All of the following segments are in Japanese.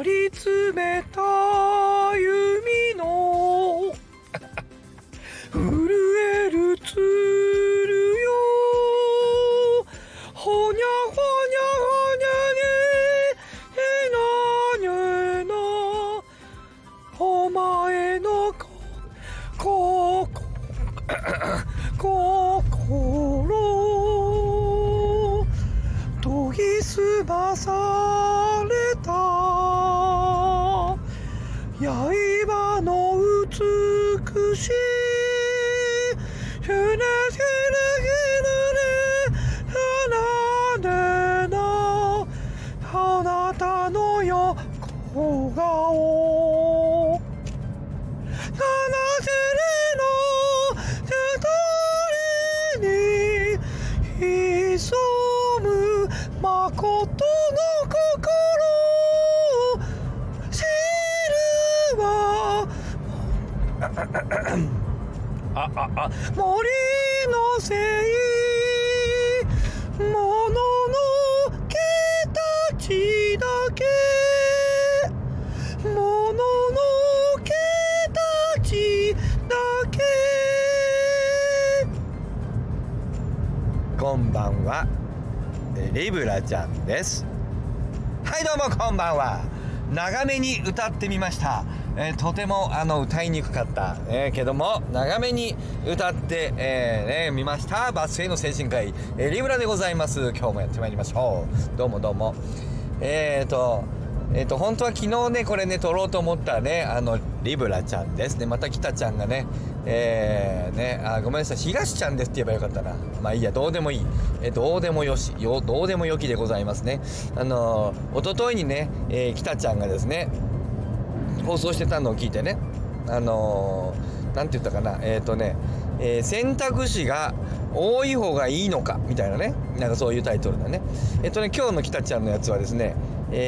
り詰めた弓の震えるつるよ、ほにゃほにゃほにゃねえなねえな、お前の心研ぎ澄まされた刃の美しいゆねゆねゆねなあなたの横顔七瀬の二人に潜む誠の心知るは森のせいもののけたちだけもののけたちだけ。こんばんは、リブラちゃんです。はいどうもこんばんは。長めに歌ってみました。とても歌いにくかった、けども長めに歌ってみました。バスへの精神科医、リブラでございます。今日もやってまいりましょう。どうもどうも。本当は昨日ねこれね撮ろうと思ったねリブラちゃんですね。また北ちゃんがねごめんなさい、東ちゃんですって言えばよかったな。まあいいや、どうでもいい、どうでもよしよ、どうでもよきでございますね。一昨日にね、北ちゃんがですね放送してたのを聞いてねなんて言ったかな選択肢が多い方がいいのかみたいなね、なんかそういうタイトルだね。今日の北ちゃんのやつはですね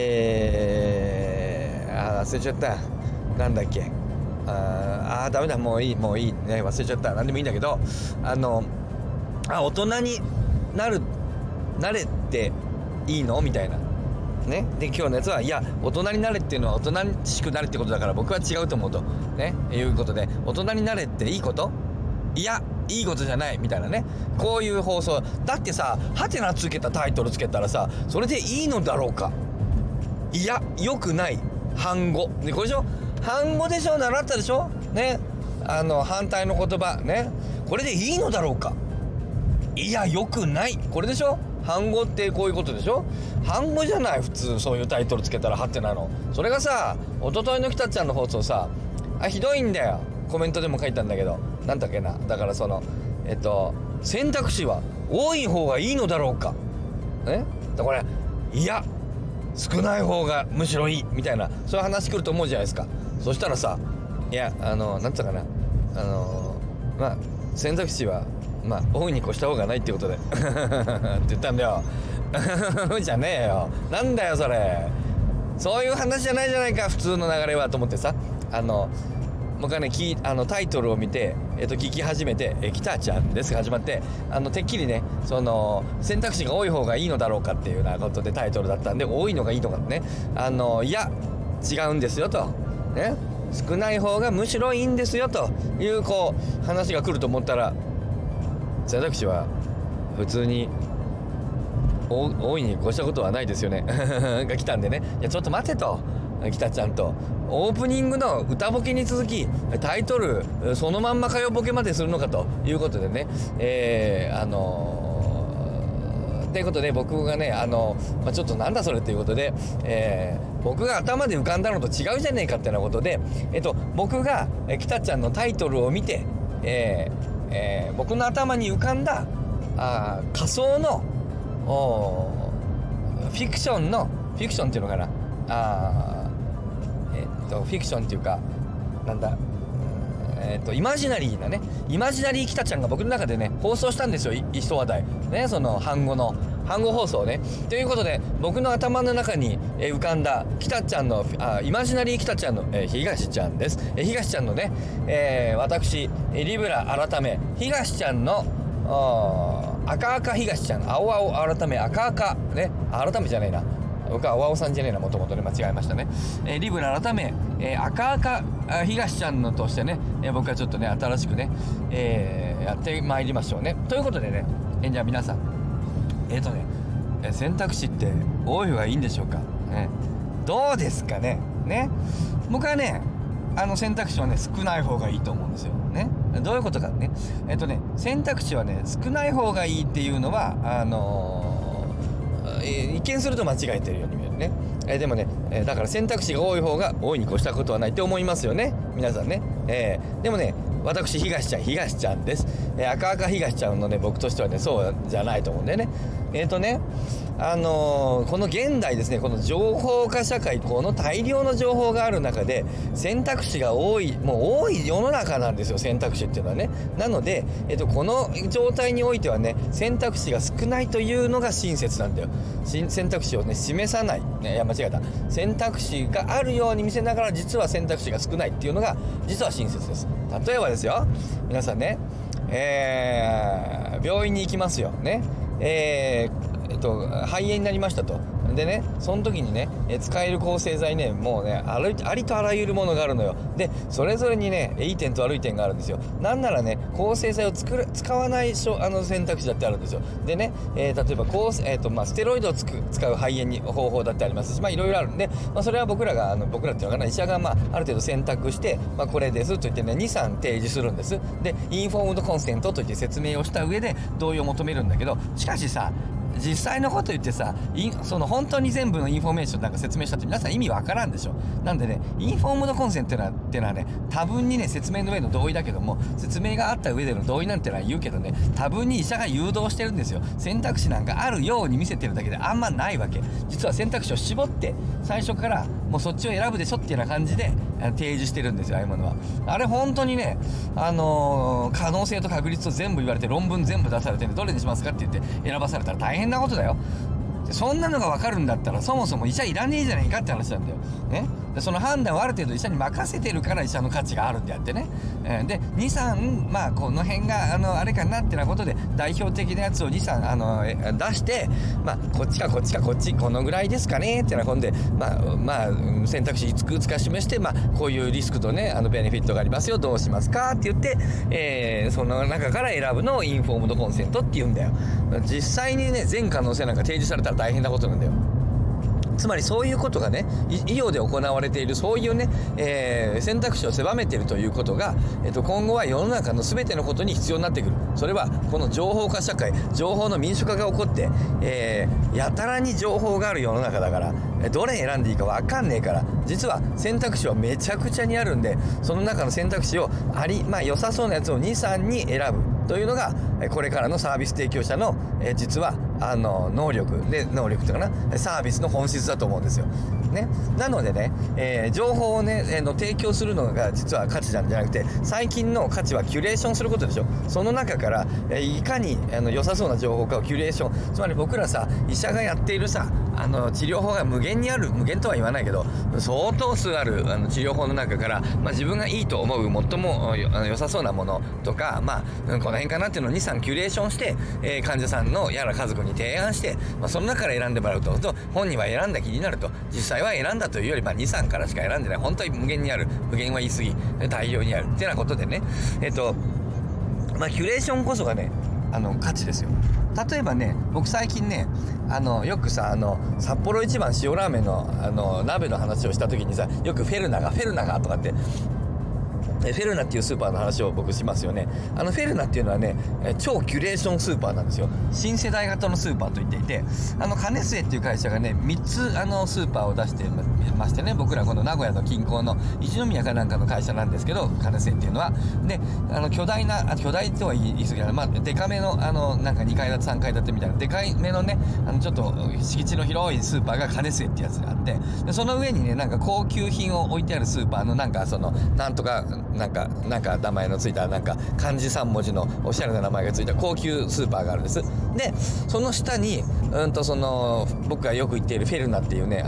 忘れちゃった。なんだっけ、ダメだ、もういいね、忘れちゃった。なんでもいいんだけど大人になれていいのみたいなね。で今日のやつはいや大人になれっていうのは大人しくなれってことだから僕は違うと思うとねいうことで、大人になれっていいこと、いやいいことじゃないみたいなね、こういう放送だってさ、ハテナつけたタイトルつけたらさそれでいいのだろうか。いや良くない反語ね、これでしょ、反語でしょ、習ったでしょね、反対の言葉ね、これでいいのだろうか。いや良くない、これでしょ。反語ってこういうことでしょ。反語じゃない、普通そういうタイトルつけたらハテナの。それがさ一昨日の北ちゃんの放送さひどいんだよ。コメントでも書いたんだけど、なんだっけな、だから選択肢は多い方がいいのだろうかね、だからいや少ない方がむしろいいみたいな、そういう話来ると思うじゃないですか。そしたらさ、いやなんつうかな、選択肢は大いに越した方がないってことでって言ったんだよじゃねえよ、なんだよそれ、そういう話じゃないじゃないか普通の流れはと思ってさ、僕はねタイトルを見て、聞き始めて「北ちゃんです」が始まって、てっきりね選択肢が多い方がいいのだろうかっていうようなことでタイトルだったんで、多いのがいいのかね、いや違うんですよとね、少ない方がむしろいいんですよという話が来ると思ったら、選択肢は普通に大いに越したことはないですよねが来たんでね、いやちょっと待てと、北ちゃんとオープニングの歌ボケに続きタイトルそのまんま歌謡ボケまでするのかということでね、ということで僕がねちょっとなんだそれということで、僕が頭で浮かんだのと違うじゃねえかってなことで、僕が北ちゃんのタイトルを見て、僕の頭に浮かんだ仮想のフィクションっていうのかな、フィクションっていうかなんだイマジナリー北ちゃんが僕の中でね放送したんですよ、一話題ね、その反語放送ね。ということで僕の頭の中に浮かんだ北ちゃんのイマジナリー北ちゃんの東ちゃんです。東ちゃんのね、私リブラ改め東ちゃんの赤赤東ちゃん、青青改め赤赤ね、改めじゃないな、 僕はおわおさんじゃねえな、もともとね、間違えましたね。リブラ改め、赤赤東ちゃんのとしてね、僕はちょっとね新しくね、やってまいりましょうね。ということでね、じゃあ皆さん選択肢って多い方がいいんでしょうか、どうですかね。僕はね選択肢はね少ない方がいいと思うんですよね。どういうことかね。選択肢はね少ない方がいいっていうのは一見すると間違えてるように見えるね。でもね、だから選択肢が多い方が多いに越したことはないって思いますよね、皆さんね。でもね、私東ちゃんです。赤赤東ちゃんのね僕としてはねそうじゃないと思うんだよね。この現代ですね、この情報化社会、この大量の情報がある中で選択肢が多い世の中なんですよ、選択肢っていうのはね。なので、この状態においてはね選択肢が少ないというのが親切なんだよ。選択肢をね示さない、いや間違えた、選択肢があるように見せながら実は選択肢が少ないっていうのが実は親切です。例えばですよ、皆さんね、病院に行きますよね。肺炎になりましたと。でね、その時にね、使える抗生剤ね、もうねありとあらゆるものがあるのよ。でそれぞれにねいい点と悪い点があるんですよ。なんならね抗生剤を使わない選択肢だってあるんですよ。でね、例えばステロイドを使う肺炎方法だってありますし、いろいろあるんで、それは僕らっていうのかな、医者がある程度選択して、これですと言ってね 2,3 提示するんです。でインフォームドコンセントといって説明をした上で同意を求めるんだけど、しかしさ実際のこと言ってさ、本当に全部のインフォメーションなんか説明したって皆さん意味わからんでしょ。なんでね、インフォームドコンセントってのはね、多分にね説明の上の同意だけども、説明があった上での同意なんてのは言うけどね、多分に医者が誘導してるんですよ。選択肢なんかあるように見せてるだけであんまないわけ。実は選択肢を絞って最初からもうそっちを選ぶでしょっていうような感じで提示してるんですよ、ああいうものは。あれ本当にね、可能性と確率と全部言われて論文全部出されて、ね、どれにしますかって言って選ばされたら大変なことだよ。そんなのが分かるんだったらそもそも医者いらねえじゃないかって話なんだよ、ね。でその判断をある程度医者に任せてるから医者の価値があるんであってね、で 2,3 この辺があれかなってなことで代表的なやつを 2,3 出して、こっちかこっちかこっちこのぐらいですかねってなことで選択肢いくつか示して、こういうリスクとねベネフィットがありますよ、どうしますかって言って、その中から選ぶのをインフォームドコンセントって言うんだよ。実際にね全可能性なんか提示されたら大変なことなんだよ。つまりそういうことがね医療で行われているそういうね、選択肢を狭めているということが、今後は世の中の全てのことに必要になってくる。それはこの情報化社会、情報の民主化が起こって、やたらに情報がある世の中だから、どれ選んでいいか分かんねえから、実は選択肢はめちゃくちゃにあるんで、その中の選択肢を良さそうなやつを 2,3 に選ぶというのがこれからのサービス提供者の、実は能力っていうかな、サービスの本質だと思うんですよ、ね。なのでね、情報をね、提供するのが実は価値なんじゃなくて、最近の価値はキュレーションすることでしょ。その中から、いかに良さそうな情報かをキュレーション、つまり僕らさ医者がやっているさ治療法が無限にある、無限とは言わないけど相当数ある治療法の中から、自分がいいと思う最も良さそうなものとか、この辺かなっていうのを 2,3 キュレーションして、患者さんのやら家族に提案して、その中から選んでもらうと本人は選んだ気になると、実際は選んだというより 2,3 からしか選んでない、本当に無限にある、無限は言い過ぎ、大量にあるってなことでね、キュレーションこそがね価値ですよ。例えばね、僕最近ねよくさ札幌一番塩ラーメンの鍋の話をした時にさ、よくフェルナがとかってフェルナっていうスーパーの話を僕しますよね。フェルナっていうのはね超キュレーションスーパーなんですよ。新世代型のスーパーと言っていて、カネスエっていう会社がね3つスーパーを出してましてね、僕らこの名古屋の近郊の一宮かなんかの会社なんですけど、カネスエっていうのはで巨大とは言い過ぎない、デカめのなんか2階建て3階建てみたいなデカいめのねちょっと敷地の広いスーパーがカネスエってやつがあって、でその上にねなんか高級品を置いてあるスーパーのなんかなんとかなんか名前のついたなんか漢字3文字のおしゃれな名前がついた高級スーパーがあるんです。でその下に僕がよく行っているフェルナっていうね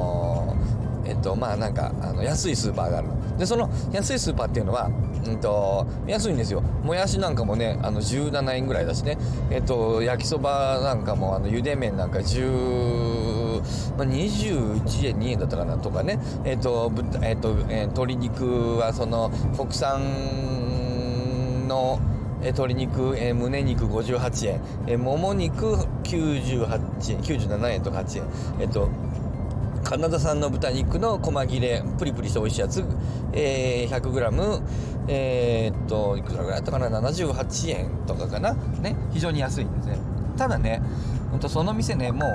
なんか安いスーパーがあるので、その安いスーパーっていうのは安いんですよ。もやしなんかもね17円ぐらいだしね、焼きそばなんかも茹で麺なんか17 21円2円だったかなとかね、鶏肉はその国産の鶏肉、胸肉58円、もも肉98円97円とか8円、カナダ産の豚肉の細切れプリプリして美味しいやつ、100g いくらぐらいだったかな、78円とかかなね、非常に安いんですね。ただね、その店ね、もう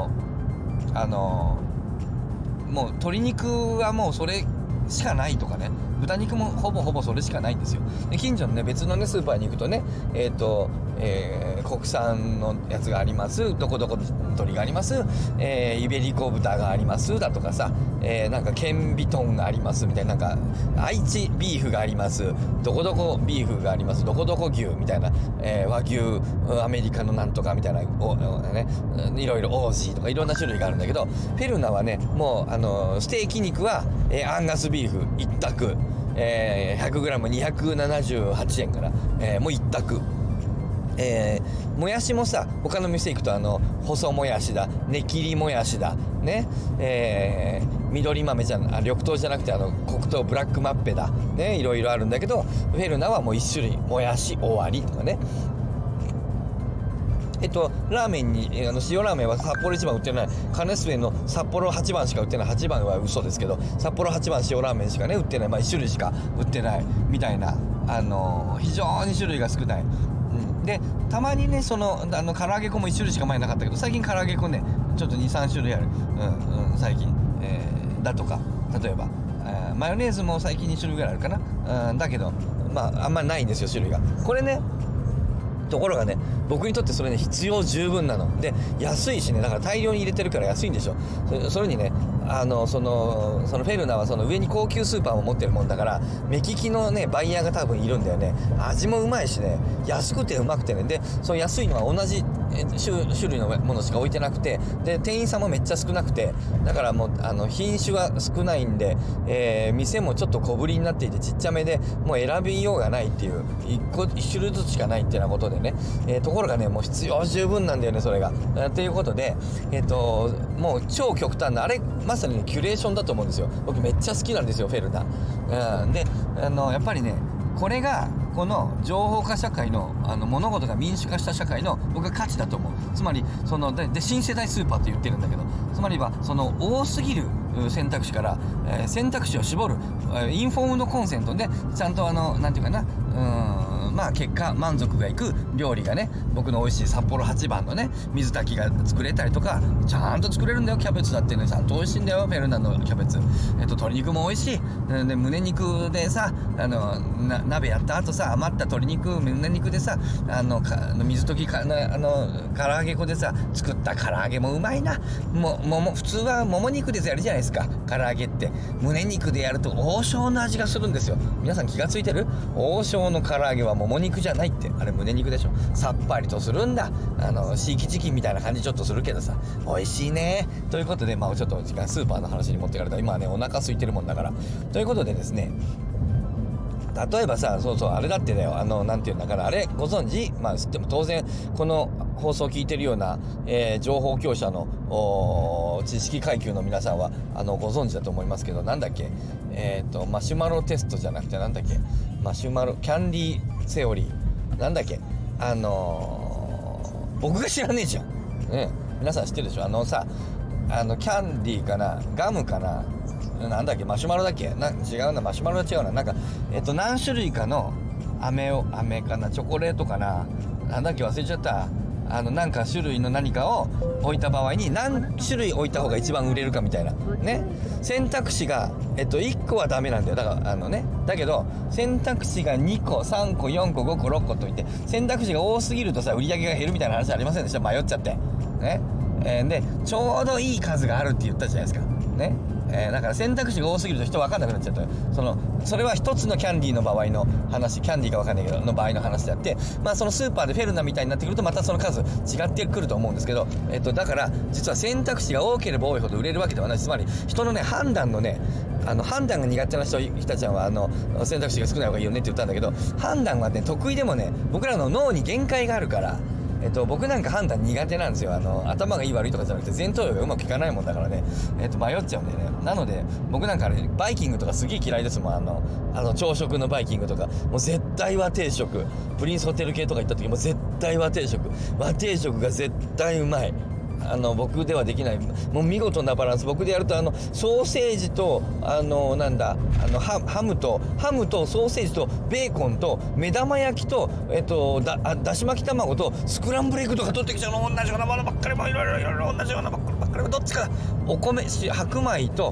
もう鶏肉はもうそれしかないとかね、豚肉もほぼそれしかないんですよ。で近所のね別のねスーパーに行くとね、国産のやつがあります、どこどこ鶏があります、イベリコ豚がありますだとかさ、なんかケンビトンがありますみたいな、なんか愛知ビーフがあります、どこどこビーフがあります、どこどこ牛みたいな、和牛アメリカのなんとかみたいなね、いろいろオージーとかいろんな種類があるんだけど、フェルナはねもうステーキ肉は、アンガスビーフ一択、100g278 円から、もう一択、もやしもさ他の店行くと細もやしだ、根切りもやしだね、緑豆じゃ緑豆じゃなくて黒糖ブラックマッペだね、いろいろあるんだけど、フェルナはもう一種類もやし終わりとかね。ラーメンに塩ラーメンは札幌一番売ってない、金末の札幌8番しか売ってない、8番は嘘ですけど札幌8番塩ラーメンしかね売ってない、1種類しか売ってないみたいな、非常に種類が少ない、でたまにね唐揚げ粉も1種類しか前なかったけど、最近唐揚げ粉ねちょっと 2,3 種類ある、最近、だとか、例えば、マヨネーズも最近2種類ぐらいあるかな、だけどあんまりないんですよ種類が。これねところがね僕にとってそれね必要十分なので、安いしね、だから大量に入れてるから安いんでしょ。それにねそのフェルナはその上に高級スーパーも持ってるもんだから、目利きのねバイヤーが多分いるんだよね。味もうまいしね、安くてうまくてね、でその安いのは同じ種類のものしか置いてなくて、で店員さんもめっちゃ少なくて、だからもう品種は少ないんで、店もちょっと小ぶりになっていてちっちゃめで、もう選びようがないっていう、1種類ずつしかないっていうようなことでね、ところがねもう必要十分なんだよねそれが、ということでもう超極端なあれまさに、ね、キュレーションだと思うんですよ。僕めっちゃ好きなんですよフェルナ、でやっぱりねこれがこの情報化社会の物事が民主化した社会の僕は価値だと思う。つまりで新世代スーパーって言ってるんだけど、つまりは多すぎる選択肢から、選択肢を絞る、インフォームドコンセントでちゃんとなんていうかな、結果満足がいく料理がね、僕の美味しい札幌8番のね水炊きが作れたりとか、ちゃんと作れるんだよ。キャベツだってねちゃんと美味しいんだよ、フェルナのキャベツ。鶏肉も美味しい。で胸肉でさ鍋やった後さ余った鶏肉胸肉でさ水溶き唐揚げ粉でさ作った唐揚げもうまいな。普通はもも肉でやるじゃないですか唐揚げって。胸肉でやると王将の味がするんですよ。皆さん気がついてる？王将の唐揚げはもも肉じゃないって、あれ胸肉でしょ。さっぱりとするんだ。シーキチキンみたいな感じちょっとするけどさ美味しいね。ということでちょっと時間スーパーの話に持ってかれた。今はねお腹空いてるもんだから。ということでですね、例えばさあれだってだよ、なんていうんだから、あれご存知？でも当然この放送を聞いてるような、情報強者の知識階級の皆さんはご存知だと思いますけど、なんだっけ、マシュマロテストじゃなくてなんだっけ、マシュマロキャンディーセオリーなんだっけ、僕が知らねえじゃん、皆さん知ってるでしょ。キャンディーかな、ガムかな、なんだっけ、マシュマロだっけ、違うな、マシュマロは違うな、なんか何種類かの飴かな、チョコレートかな、なんだっけ忘れちゃった。なんか種類の何かを置いた場合に何種類置いた方が一番売れるかみたいなね。選択肢が1個はダメなんだよ。だからだけど選択肢が2個3個4個5個6個といって、選択肢が多すぎるとさ売り上げが減るみたいな話ありませんでした？迷っちゃってね。でちょうどいい数があるって言ったじゃないですかね。だから選択肢が多すぎると人分かんなくなっちゃった。それは一つのキャンディーの場合の話、キャンディーか分かんないけどの場合の話であって、そのスーパーでフェルナみたいになってくるとまたその数違ってくると思うんですけど、だから実は選択肢が多ければ多いほど売れるわけではない。つまり人のね判断のね判断が苦手な人ちゃんは選択肢が少ない方がいいよねって言ったんだけど、判断はね得意でもね僕らの脳に限界があるから僕なんか判断苦手なんですよ。頭がいい悪いとかじゃなくて前頭葉がうまくいかないもんだからね、迷っちゃうんでね。なので僕なんかね、バイキングとかすげえ嫌いですもん。朝食のバイキングとかもう絶対和定食、プリンスホテル系とか行った時も絶対和定食が絶対うまい。僕ではできない、もう見事なバランス。僕でやるとソーセージとハムとソーセージとベーコンと目玉焼きとだし巻き卵とスクランブルエッグとか取ってきちゃうの。同じようなものばっかり、もいろいろ同じようなばっかり、どっちかお米白米と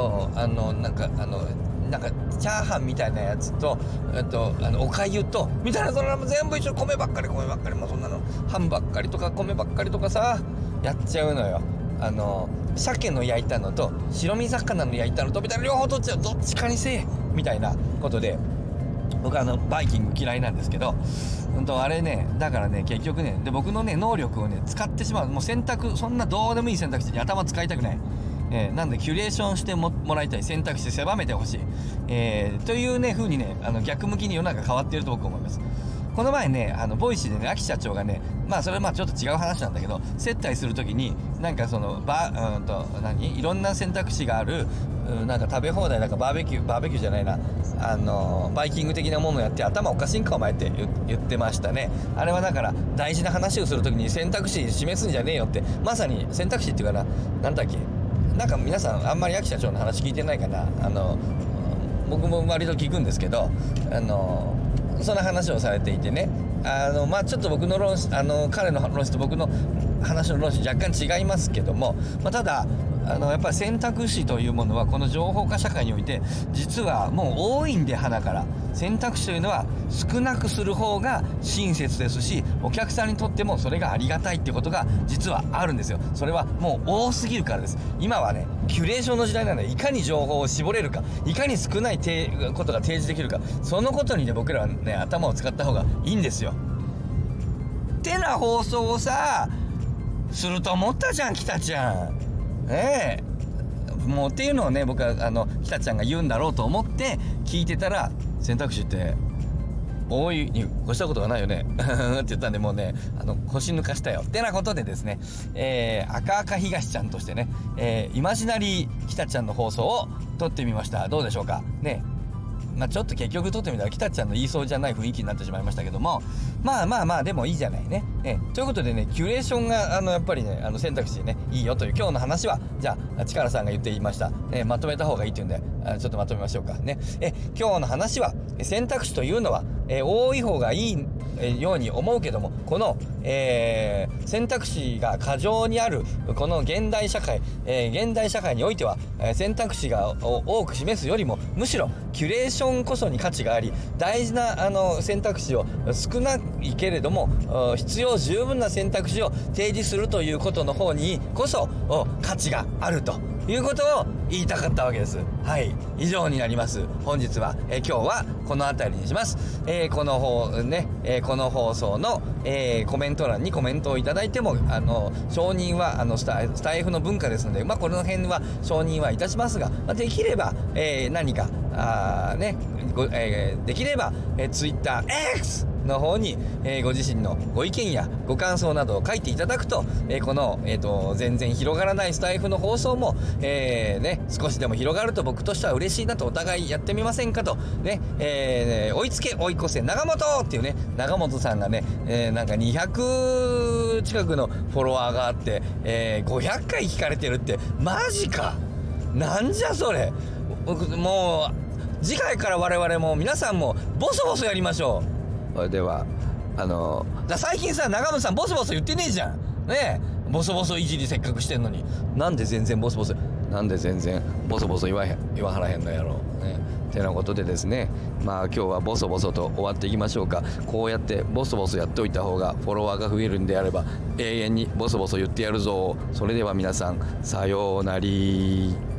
なんかチャーハンみたいなやつとおかゆとみたいな、それも全部一緒。米ばっかり、もうそんなのハムばっかりとか米ばっかりとかさやっちゃうのよ。鮭の焼いたのと白身魚の焼いたのとみたいな、両方取っちゃう。どっちかにせえみたいなことで、僕バイキング嫌いなんですけど、あれね、だからね、結局ね、で僕のね能力をね使ってしまう。もうそんなどうでもいい選択肢に頭使いたくない。なんでキュレーションしてもらいたい、選択肢狭めてほしい、というね風にね逆向きに世の中変わっていると僕は思います。この前ねボイシーでね秋社長がね、それはちょっと違う話なんだけど、接待するときになんかそのいろんな選択肢があるなんか食べ放題、なんかバーベキューじゃないな、バイキング的なものをやって頭おかしいんかお前って言ってましたね。あれはだから大事な話をするときに選択肢示すんじゃねえよって、まさに選択肢っていうかなんだっけ、なんか皆さんあんまり秋社長の話聞いてないかな。僕も割と聞くんですけど、そんな話をされていてね、ちょっと僕の彼の論旨と僕の話の論旨若干違いますけども、ただやっぱり選択肢というものはこの情報化社会において実はもう多いんで、花から選択肢というのは少なくする方が親切ですし、お客さんにとってもそれがありがたいっていうことが実はあるんですよ。それはもう多すぎるからです。今はねキュレーションの時代なので、いかに情報を絞れるか、いかに少ないことが提示できるか、そのことにね僕らはね頭を使った方がいいんですよ。ってな放送をさすると思ったじゃん北ちゃん。もうっていうのをね僕は北ちゃんが言うんだろうと思って聞いてたら、選択肢って多いに越したことがないよねって言ったんで、もうね腰抜かしたよってなことでですね、赤赤東ちゃんとしてね、イマジナリー北ちゃんの放送を撮ってみました。どうでしょうかね。ちょっと結局撮ってみたら北ちゃんの言いそうじゃない雰囲気になってしまいましたけども、でもいいじゃないね。ということでね、キュレーションがやっぱりね選択肢ねいいよという今日の話は、じゃあ力さんが言っていました、まとめた方がいいっていうんでちょっとまとめましょうかね。今日の話は選択肢というのは、多い方がいいように思うけども、この、選択肢が過剰にあるこの現代社会においては、選択肢が多く示すよりもむしろキュレーションこそに価値があり、大事な選択肢を少ないけれども必要十分な選択肢を提示するということの方にこそ価値があるということを言いたかったわけです。はい、以上になります。本日は、今日はこの辺りにします。この放送の、コメント欄にコメントをいただいても承認はスタイフの文化ですので、この辺は承認はいたしますが、できれば、何かできれば、TwitterXの方に、ご自身のご意見やご感想などを書いていただくと、この、全然広がらないスタイフの放送も、少しでも広がると僕としては嬉しいなと、お互いやってみませんかとね、追いつけ追い越せ長本っていうね、長本さんがね、なんか200近くのフォロワーがあって、500回聞かれてるって、マジか、なんじゃそれ。もう次回から我々も皆さんもボソボソやりましょう。それでは最近さ長野さんボソボソ言ってねえじゃんねえ、ボソボソいじりせっかくしてんのに、なんで全然ボソボソ言わはらへんのやろうね。てなことでですね、今日はボソボソと終わっていきましょうか。こうやってボソボソやっておいた方がフォロワーが増えるんであれば永遠にボソボソ言ってやるぞ。それでは皆さんさようなり。